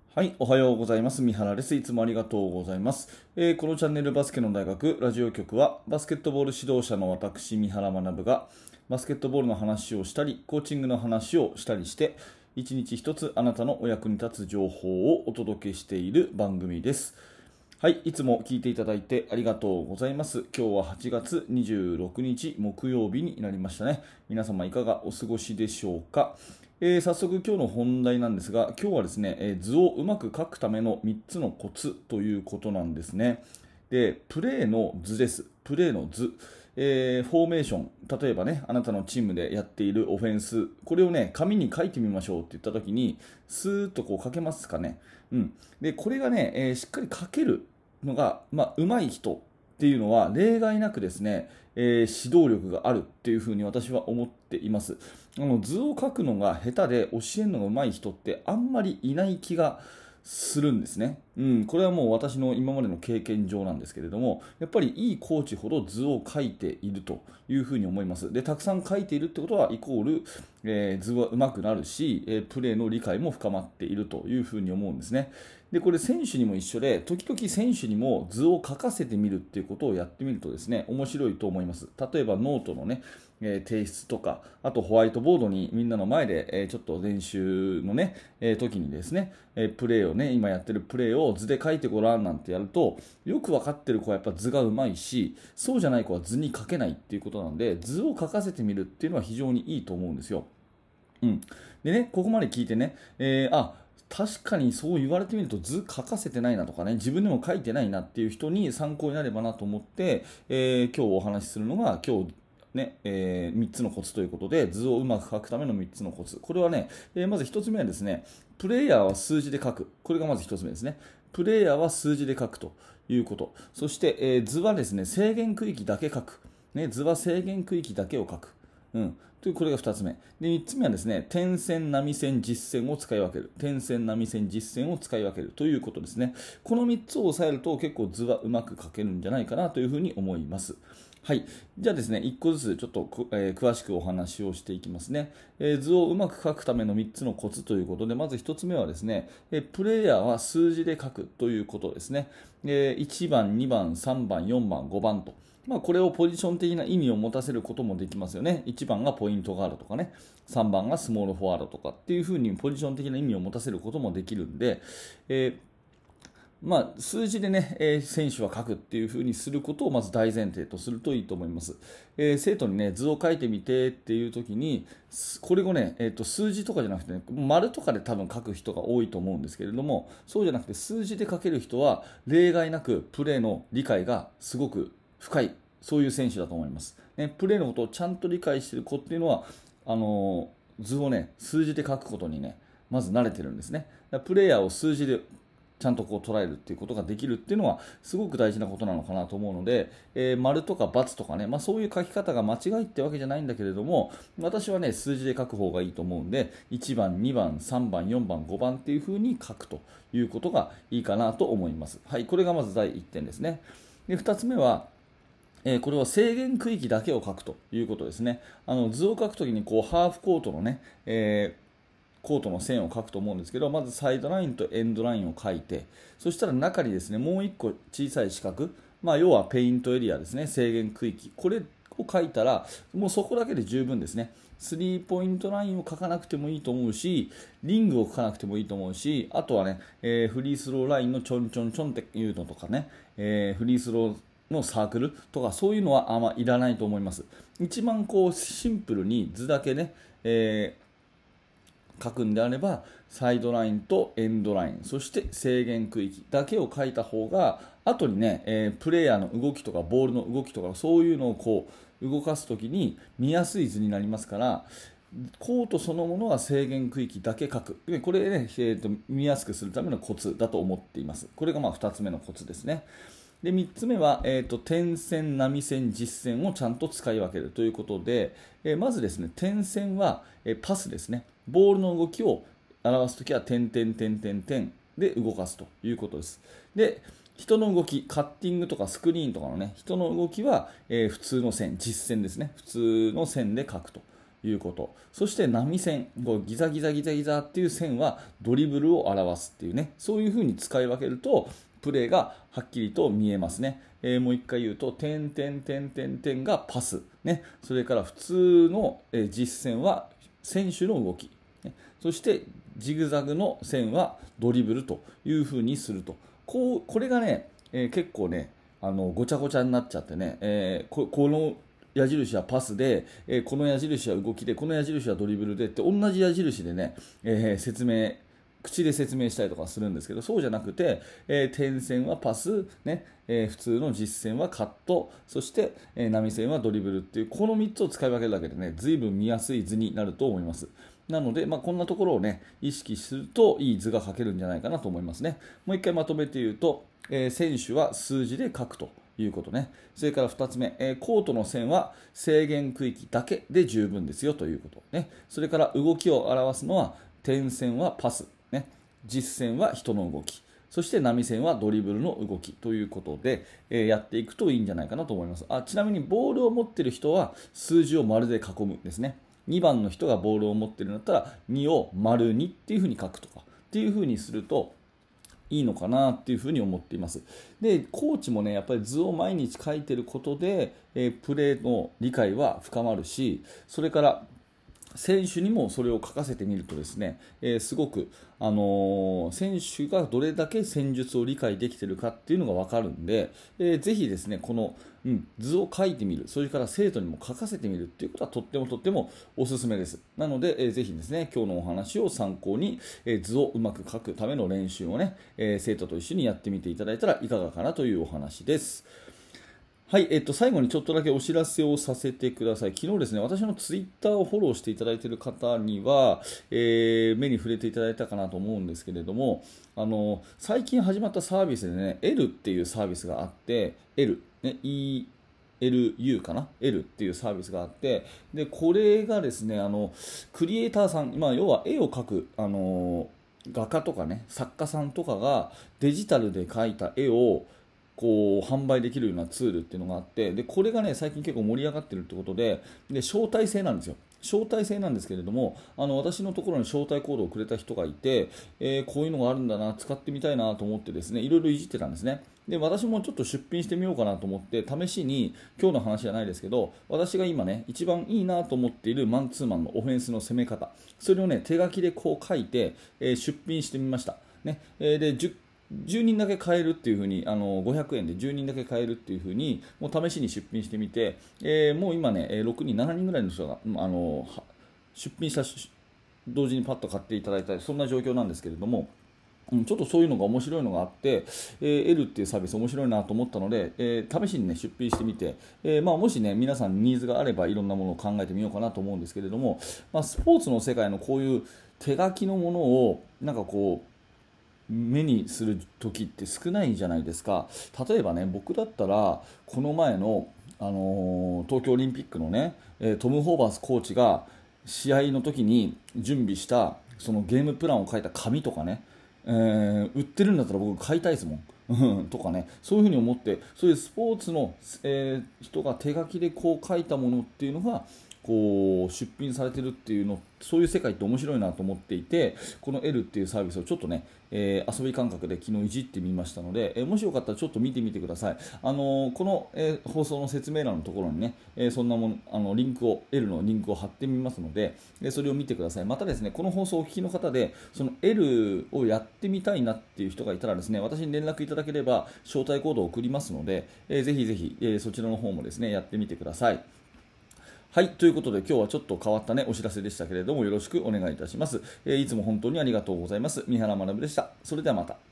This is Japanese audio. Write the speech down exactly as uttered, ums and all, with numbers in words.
はい、おはようございます。三原です。いつもありがとうございます。えーこのチャンネルバスケの大学ラジオ局は、バスケットボール指導者の私、三原学が、バスケットボールの話をしたり、コーチングの話をしたりして、一日一つあなたのお役に立つ情報をお届けしている番組です。はい、いつも聞いていただいてありがとうございます。今日ははちがつにじゅうろくにち木曜日になりましたね。皆様いかがお過ごしでしょうか。えー早速今日の本題なんですが、今日はですね、えー図をうまく書くためのみっつのコツということなんですね。で、プレーの図です。プレーの図。えーフォーメーション。例えばね、あなたのチームでやっているオフェンス。これをね、紙に書いてみましょうって言った時に、スーッとこう書けますかね。うん。で、これがね、えーしっかり書けるのが、まあ、上手い人っていうのは例外なくですね、えー指導力があるっていうふうに私は思っています。あの図を書くのが下手で教えるのが上手い人ってあんまりいない気がするんですね。うん、これはもう私の今までの経験上なんですけれども、やっぱりいいコーチほど図を書いているというふうに思います。で、たくさん書いているってことはイコール、えー図は上手くなるし、えープレーの理解も深まっているというふうに思うんですね。で、これ選手にも一緒で、時々選手にも図を書かせてみるっていうことをやってみるとですね、面白いと思います。例えばノートのね、えー提出とか、あとホワイトボードにみんなの前で、えーちょっと練習のね、えー時にですね、えープレーをね、今やってるプレーを図で書いてごらんなんてやると、よく分かってる子はやっぱ図が上手いし、そうじゃない子は図に書けないっていうことなんで、図を書かせてみるっていうのは非常にいいと思うんですよ。うん。でね、ここまで聞いてね、えーあ、確かにそう言われてみると図書かせてないなとかね、自分でも書いてないなっていう人に参考になればなと思って、えー今日お話しするのが、今日ね、えーみっつのコツということで、図をうまく書くためのみっつのコツ。これはね、えーまずひとつめはですね、プレイヤーは数字で書く。これがまずひとつめですね。プレイヤーは数字で書くということ。そして、えー図はですね、制限区域だけ書く。ね、図は制限区域だけを書く。うん。というこれがふたつめ。で、みっつめはですね、点線、波線、実線を使い分ける。点線、波線、実線を使い分けるということですね。このみっつを押さえると結構図はうまく書けるんじゃないかなというふうに思います。はい。じゃあですね、いっこずつちょっとく、えー詳しくお話をしていきますね、えー図をうまく書くためのみっつのコツということで、まずひとつめはですね、えープレイヤーは数字で書くということですね。えーいちばん、にばん、さんばん、よんばん、ごばんと。まあ、これをポジション的な意味を持たせることもできますよね。いちばんがポイントガードとかね、さんばんがスモールフォワードとかっていうふうにポジション的な意味を持たせることもできるんで、えーまあ、数字でね、えー選手は書くっていう風にすることをまず大前提とするといいと思います。えー生徒にね、図を書いてみてっていう時に、すこれをね、えーと、数字とかじゃなくてね、丸とかで多分書く人が多いと思うんですけれども、そうじゃなくて数字で書ける人は例外なくプレーの理解がすごく深い、そういう選手だと思います。ね、プレーのことをちゃんと理解している子っていうのは、あのー図をね、数字で書くことにね、まず慣れてるんですね。だからプレイヤーを数字でちゃんとこう捉えるっていうことができるっていうのはすごく大事なことなのかなと思うので、えー丸とか×とかね、まあ、そういう書き方が間違いってわけじゃないんだけれども、私はね数字で書く方がいいと思うんで、いちばん、にばん、さんばん、よんばん、ごばんっていう風に書くということがいいかなと思います。はい、これがまずだいいってんですね。でふたつめは、えーこれは制限区域だけを書くということですね。あの図を書くときにこうハーフコートのね、えーコートの線を書くと思うんですけど、まずサイドラインとエンドラインを書いて、そしたら中にですね、もういっこ小さい四角、まあ、要はペイントエリアですね、制限区域、これを書いたら、もうそこだけで十分ですね。スリーポイントラインを書かなくてもいいと思うし、リングを書かなくてもいいと思うし、あとはね、えーフリースローラインのちょんちょんちょんっていうのとかね、えーフリースローのサークルとかそういうのはあんまいらないと思います。一番こうシンプルに図だけね、えー書くんであればサイドラインとエンドライン、そして制限区域だけを書いた方が後にね、えープレイヤーの動きとかボールの動きとかそういうのをこう動かすときに見やすい図になりますから、コートそのものは制限区域だけ書く、でこれね、えーと見やすくするためのコツだと思っています。これがまあふたつめのコツですね。でみっつめは、えーと、点線、波線、実線をちゃんと使い分けるということで、えーまずですね、点線は、えーパスですね。ボールの動きを表すときは点点点点点で動かすということです。で、人の動き、カッティングとかスクリーンとかのね、人の動きは、えー普通の線、実線ですね。普通の線で書くということ。そして波線、こうギザギザギザギザっていう線はドリブルを表すっていうね、そういう風に使い分けるとプレーがはっきりと見えますね。えー、もう一回言うと、点点点点点がパス、ね、それから普通の、えー、実線は選手の動き、ね、そしてジグザグの線はドリブルという風にすると、こうこれがね、えー、結構ねあのごちゃごちゃになっちゃってね、えー、こ, この矢印はパスで、えー、この矢印は動きで、この矢印はドリブルでって同じ矢印でね、えー、説明口で説明したりとかするんですけど、そうじゃなくて、えー、点線はパス、ねえー、普通の実線はカット、そして、えー、波線はドリブルっていうこのみっつを使い分けるだけでね、随分見やすい図になると思います。なので、まあ、こんなところをね意識するといい図が描けるんじゃないかなと思いますね。もう一回まとめて言うと、えー、選手は数字で書くということね。それからふたつめ、えー、コートの線は制限区域だけで十分ですよということね。それから動きを表すのは点線はパス、ね、実線は人の動き、そして波線はドリブルの動きということで、えー、やっていくといいんじゃないかなと思います。あ、ちなみにボールを持っている人は数字を丸で囲むですね。にばんの人がボールを持っているんだったらにを丸にっていうふうに書くとかっていうふうにするといいのかなっていうふうに思っています。で、コーチもねやっぱり図を毎日書いていることで、えー、プレーの理解は深まるし、それから選手にもそれを書かせてみるとですね、えー、すごく、あのー、選手がどれだけ戦術を理解できているかっていうのが分かるんで、えー、ぜひですねこの、うん、図を書いてみる、それから生徒にも書かせてみるっていうことはとってもとってもおすすめです。なので、えー、ぜひですね今日のお話を参考に、えー、図をうまく書くための練習をね、えー、生徒と一緒にやってみていただいたらいかがかなというお話です。はい、えっと、最後にちょっとだけお知らせをさせてください。昨日ですね、私のツイッターをフォローしていただいている方には、えー、目に触れていただいたかなと思うんですけれども、あの最近始まったサービスでね、L っていうサービスがあって、L、ね、イーエルユー かな L っていうサービスがあって、でこれがですね、あのクリエイターさん、まあ、要は絵を描く、あの画家とかね、作家さんとかがデジタルで描いた絵をこう販売できるようなツールっていうのがあって、でこれがね最近結構盛り上がってるってことで、で招待制なんですよ。招待制なんですけれども、あの私のところに招待コードをくれた人がいて、えー、こういうのがあるんだな、使ってみたいなと思ってですね、いろいろいじってたんですね。で私もちょっと出品してみようかなと思って、試しに今日の話じゃないですけど、私が今ね一番いいなと思っているマンツーマンのオフェンスの攻め方、それをね手書きでこう書いて、えー、出品してみました、ねえー、でじゅうじゅうにんだけ買えるっていう風に、あのごひゃくえんでじゅうにんだけ買えるっていう風にもう試しに出品してみて、えー、もう今ねろくにんしちにんぐらいの人が、あの出品した同時にパッと買っていただいた、そんな状況なんですけれども、うん、ちょっとそういうのが面白いのがあって、えー、L っていうサービス面白いなと思ったので、えー、試しに、ね、出品してみて、えーまあ、もし、ね、皆さんニーズがあればいろんなものを考えてみようかなと思うんですけれども、まあ、スポーツの世界のこういう手書きのものをなんかこう目にする時って少ないじゃないですか。例えばね、僕だったらこの前の、あのー東京オリンピックのね、えートム・ホーバスコーチが試合の時に準備したそのゲームプランを書いた紙とかね、えー売ってるんだったら僕買いたいですもん。うんとかね、そういうふうに思って、そういうスポーツの、えー人が手書きでこう書いたものっていうのがこう出品されてるっていうの、そういう世界って面白いなと思っていて、この L っていうサービスをちょっとね、えー遊び感覚で昨日いじってみましたので、えーもしよかったらちょっと見てみてください。あのーこの、えー放送の説明欄のところにね、えーそんなもんあのリンクを L のリンクを貼ってみますので、えーそれを見てください。またですね、この放送をお聞きの方でその L をやってみたいなっていう人がいたらですね、私に連絡いただければ招待コードを送りますので、えーぜひぜひ、えーそちらの方もですねやってみてください。はい、ということで今日はちょっと変わったねお知らせでしたけれども、よろしくお願いいたします。えーいつも本当にありがとうございます。三原学でした。それではまた。